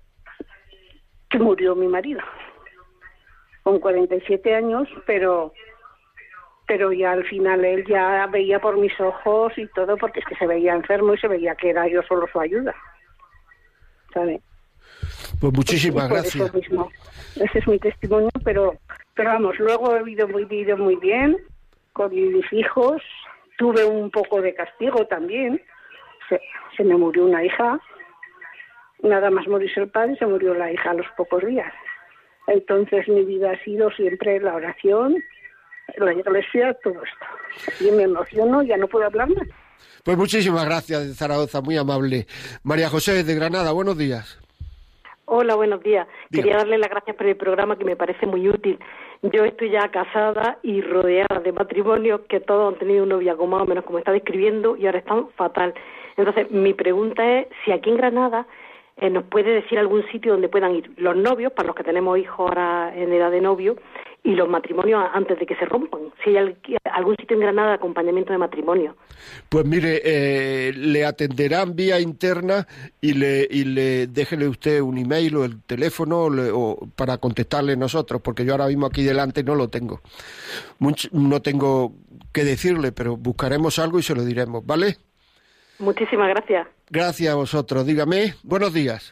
murió mi marido. Con 47 años, pero pero ya al final él ya veía por mis ojos y todo, porque es que se veía enfermo y se veía que era yo solo su ayuda, ¿sabe? Pues muchísimas gracias. Eso mismo. Ese es mi testimonio, pero vamos, luego he vivido muy bien con mis hijos. Tuve un poco de castigo también. Se me murió una hija. Nada más morirse el padre, se murió la hija a los pocos días. Entonces mi vida ha sido siempre la oración, la iglesia, todo esto. Y me emociono, ya no puedo hablar más. Pues muchísimas gracias, de Zaragoza, muy amable. María José, de Granada, buenos días. Hola, buenos días. Bien. Quería darle las gracias por el programa, que me parece muy útil. Yo estoy ya casada y rodeada de matrimonios que todos han tenido un noviazgo más o menos como está describiendo y ahora están fatal. Entonces, mi pregunta es si aquí en Granada nos puede decir algún sitio donde puedan ir los novios, para los que tenemos hijos ahora en edad de novio, y los matrimonios antes de que se rompan. Si hay algún sitio en Granada de acompañamiento de matrimonio. Pues mire, le atenderán vía interna y le déjele usted un email o el teléfono o para contestarle nosotros, porque yo ahora mismo aquí delante no lo tengo. No tengo que decirle, pero buscaremos algo y se lo diremos, ¿vale? Muchísimas gracias. Gracias a vosotros. Dígame, buenos días.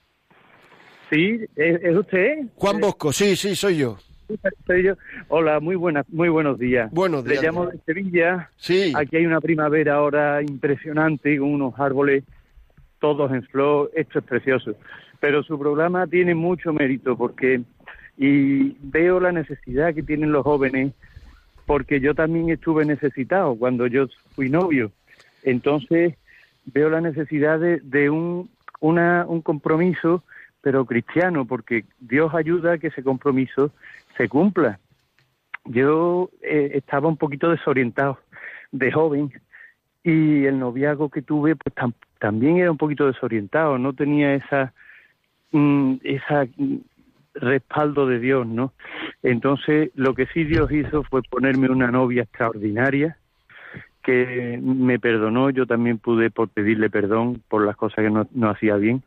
Sí, ¿es usted? Juan Bosco, sí, soy yo. Soy yo. Hola, muy buenos días. Buenos días. Le llamo de Sevilla. Sí. Aquí hay una primavera ahora impresionante con unos árboles todos en flor. Esto es precioso. Pero su programa tiene mucho mérito y veo la necesidad que tienen los jóvenes, porque yo también estuve necesitado cuando yo fui novio. Entonces veo la necesidad de un compromiso, pero cristiano, porque Dios ayuda a que ese compromiso se cumpla. Yo estaba un poquito desorientado de joven y el noviazgo que tuve pues también era un poquito desorientado, no tenía esa respaldo de Dios, ¿no? Entonces lo que sí Dios hizo fue ponerme una novia extraordinaria que me perdonó. Yo también pude pedirle perdón por las cosas que no hacía bien.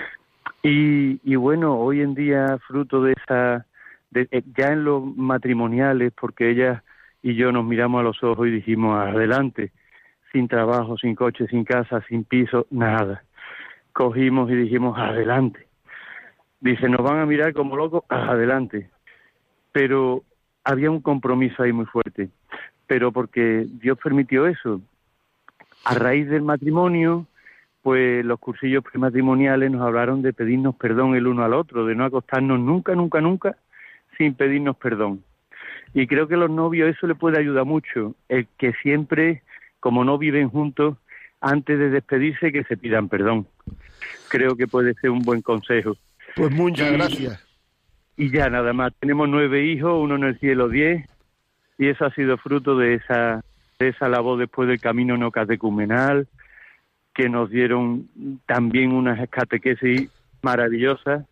Y bueno, hoy en día, fruto de ya en los matrimoniales, porque ella y yo nos miramos a los ojos y dijimos, adelante, sin trabajo, sin coche, sin casa, sin piso, nada. Cogimos y dijimos, adelante. Dice, nos van a mirar como locos, adelante. Pero había un compromiso ahí muy fuerte. Pero porque Dios permitió eso. A raíz del matrimonio, pues los cursillos prematrimoniales nos hablaron de pedirnos perdón el uno al otro, de no acostarnos nunca sin pedirnos perdón. Y creo que a los novios eso le puede ayudar mucho, el que siempre, como no viven juntos, antes de despedirse que se pidan perdón. Creo que puede ser un buen consejo. Pues muchas gracias. Y ya nada más, tenemos 9 hijos, uno en el cielo 10, y eso ha sido fruto de esa labor después del camino no catecumenal, que nos dieron también unas catequesis maravillosas,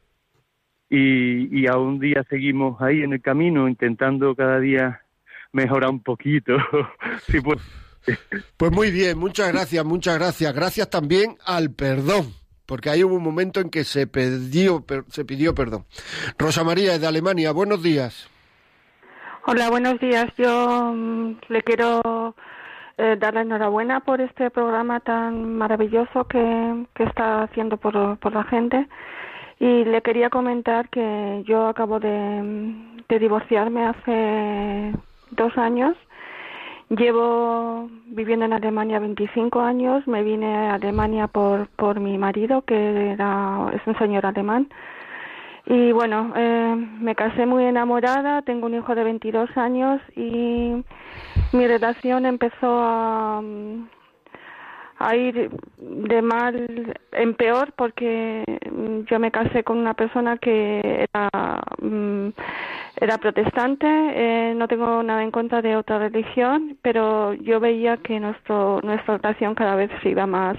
y a un día seguimos ahí en el camino intentando cada día mejorar un poquito. Sí, pues. Pues muy bien, muchas gracias. Gracias también al perdón, porque ahí hubo un momento en que se pidió perdón. Rosa María de Alemania, buenos días. Hola, buenos días. Yo le quiero dar la enhorabuena por este programa tan maravilloso que está haciendo por la gente, y le quería comentar que yo acabo de divorciarme hace 2 años. Llevo viviendo en Alemania 25 años. Me vine a Alemania por mi marido, que es un señor alemán. Y bueno, me casé muy enamorada, tengo un hijo de 22 años y mi relación empezó a ir de mal en peor, porque yo me casé con una persona que era protestante. No tengo nada en contra de otra religión, pero yo veía que nuestra relación cada vez se iba más...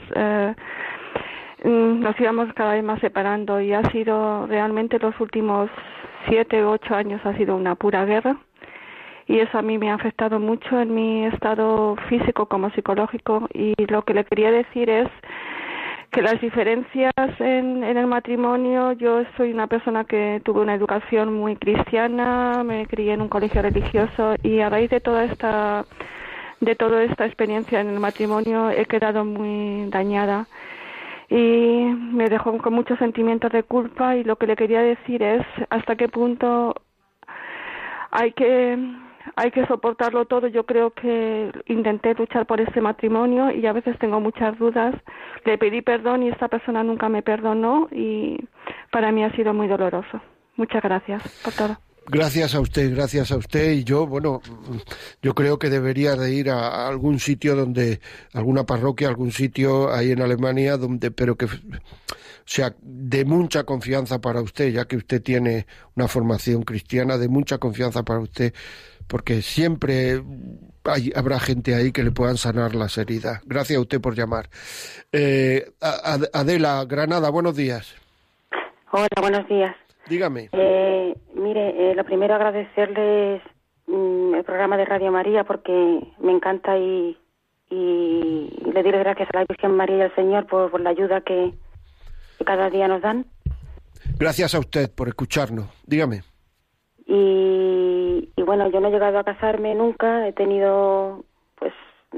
nos íbamos cada vez más separando, y ha sido realmente los últimos 7 u 8 años ha sido una pura guerra, y eso a mí me ha afectado mucho en mi estado físico como psicológico. Y lo que le quería decir es que las diferencias en el matrimonio, yo soy una persona que tuve una educación muy cristiana, me crié en un colegio religioso y a raíz de toda esta experiencia en el matrimonio he quedado muy dañada y me dejó con muchos sentimientos de culpa, y lo que le quería decir es hasta qué punto hay que soportarlo todo. Yo creo que intenté luchar por este matrimonio y a veces tengo muchas dudas. Le pedí perdón y esta persona nunca me perdonó y para mí ha sido muy doloroso. Muchas gracias por todo. Gracias a usted. Y yo, bueno, yo creo que debería de ir a algún sitio alguna parroquia, algún sitio ahí en Alemania, pero que sea de mucha confianza para usted, ya que usted tiene una formación cristiana, de mucha confianza para usted, porque siempre habrá gente ahí que le puedan sanar las heridas. Gracias a usted por llamar. Adela, Granada, buenos días. Hola, buenos días. Dígame. Mire, lo primero agradecerles el programa de Radio María porque me encanta y le doy las gracias a la Virgen María y al Señor por la ayuda que cada día nos dan. Gracias a usted por escucharnos. Dígame. Y bueno, yo no he llegado a casarme nunca, he tenido pues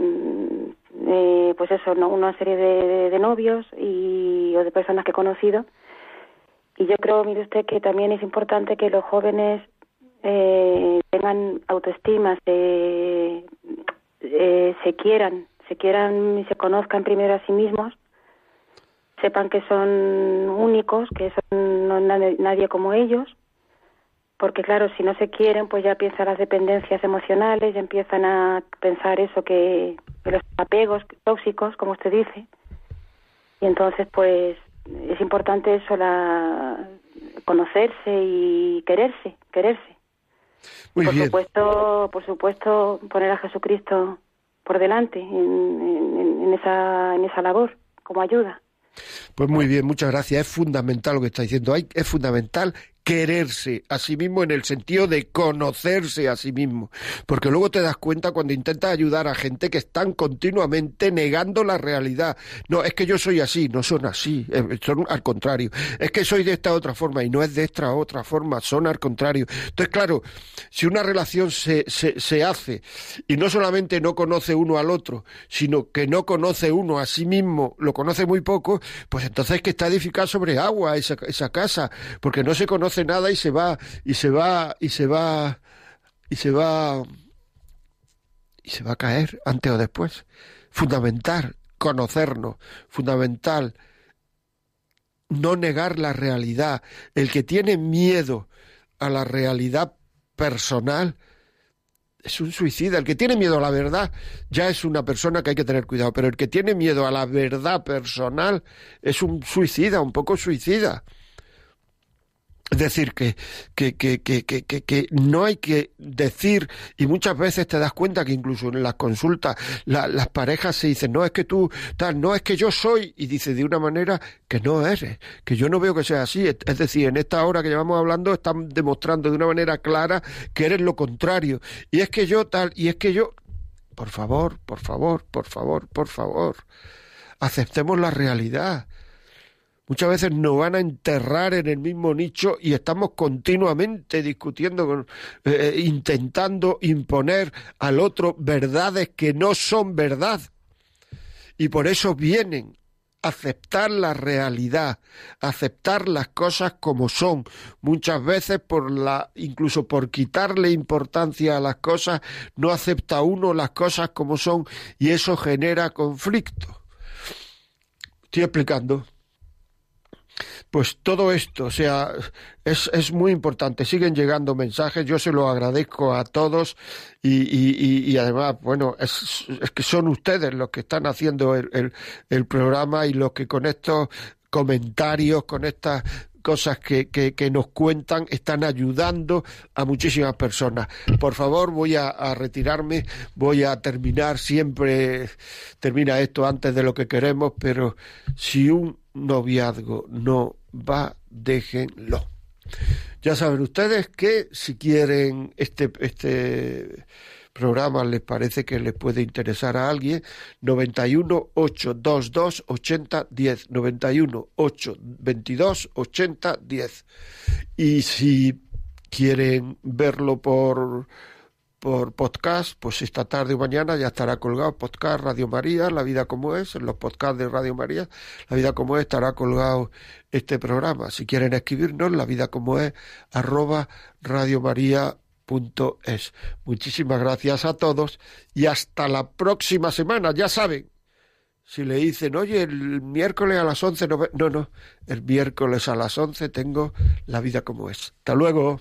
eso, ¿no? Una serie de novios o de personas que he conocido. Y yo creo, mire usted, que también es importante que los jóvenes tengan autoestima, se quieran y se conozcan primero a sí mismos, sepan que son únicos, que no nadie como ellos, porque claro, si no se quieren, pues ya empiezan las dependencias emocionales, ya empiezan a pensar eso, que los apegos tóxicos, como usted dice, y entonces pues es importante eso, conocerse y quererse. Muy bien. Por supuesto, poner a Jesucristo por delante en esa labor como ayuda. Pues muy bien, muchas gracias. Es fundamental lo que está diciendo. Es fundamental quererse a sí mismo en el sentido de conocerse a sí mismo, porque luego te das cuenta cuando intentas ayudar a gente que están continuamente negando la realidad. No, es que yo soy así, no son así, son al contrario. Es que soy de esta otra forma y no es de esta otra forma, son al contrario. Entonces, claro, si una relación se hace y no solamente no conoce uno al otro, sino que no conoce uno a sí mismo, lo conoce muy poco, pues entonces es que está edificada sobre agua esa casa, porque no se conoce nada y se va a caer antes o después. Fundamental conocernos, fundamental no negar la realidad. El que tiene miedo a la realidad personal es un suicida. El que tiene miedo a la verdad ya es una persona que hay que tener cuidado, pero el que tiene miedo a la verdad personal es un suicida, un poco suicida. Es decir, que no hay que decir, y muchas veces te das cuenta que incluso en las consultas las parejas se dicen, no es que tú, tal, no es que yo soy, y dice de una manera que no eres, que yo no veo que sea así. Es decir, en esta hora que llevamos hablando están demostrando de una manera clara que eres lo contrario. Y es que yo tal, y es que yo... Por favor, aceptemos la realidad. Muchas veces nos van a enterrar en el mismo nicho y estamos continuamente discutiendo, intentando imponer al otro verdades que no son verdad. Y por eso vienen a aceptar la realidad, aceptar las cosas como son. Muchas veces incluso por quitarle importancia a las cosas, no acepta uno las cosas como son y eso genera conflicto. ¿Estoy explicando? Pues todo esto, o sea, es muy importante. Siguen llegando mensajes, yo se lo agradezco a todos y además, bueno, es que son ustedes los que están haciendo el programa y los que con estos comentarios, con estas cosas que nos cuentan, están ayudando a muchísimas personas. Por favor, voy a retirarme, voy a terminar, siempre termina esto antes de lo que queremos, pero si un noviazgo no va, déjenlo. Ya saben ustedes que si quieren programa les parece que les puede interesar a alguien, 91 822 8010, 91 822 8010. Y si quieren verlo por podcast, pues esta tarde o mañana ya estará colgado podcast Radio María, La Vida Como Es, en los podcasts de Radio María, La Vida Como Es, estará colgado este programa. Si quieren escribirnos, lavidacomoes @radiomaria.es. Muchísimas gracias a todos y hasta la próxima semana. Ya saben, si le dicen, oye, el miércoles a las 11, no, el miércoles a las 11 tengo La Vida Como Es. Hasta luego.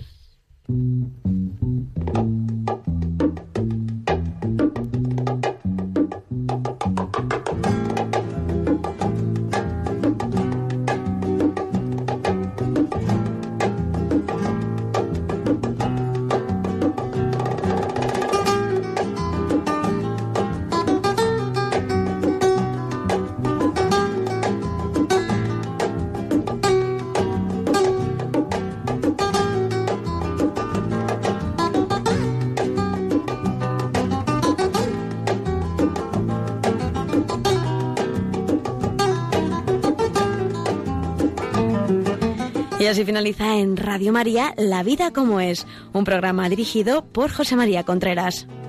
Y así finaliza en Radio María La Vida Como Es, un programa dirigido por José María Contreras.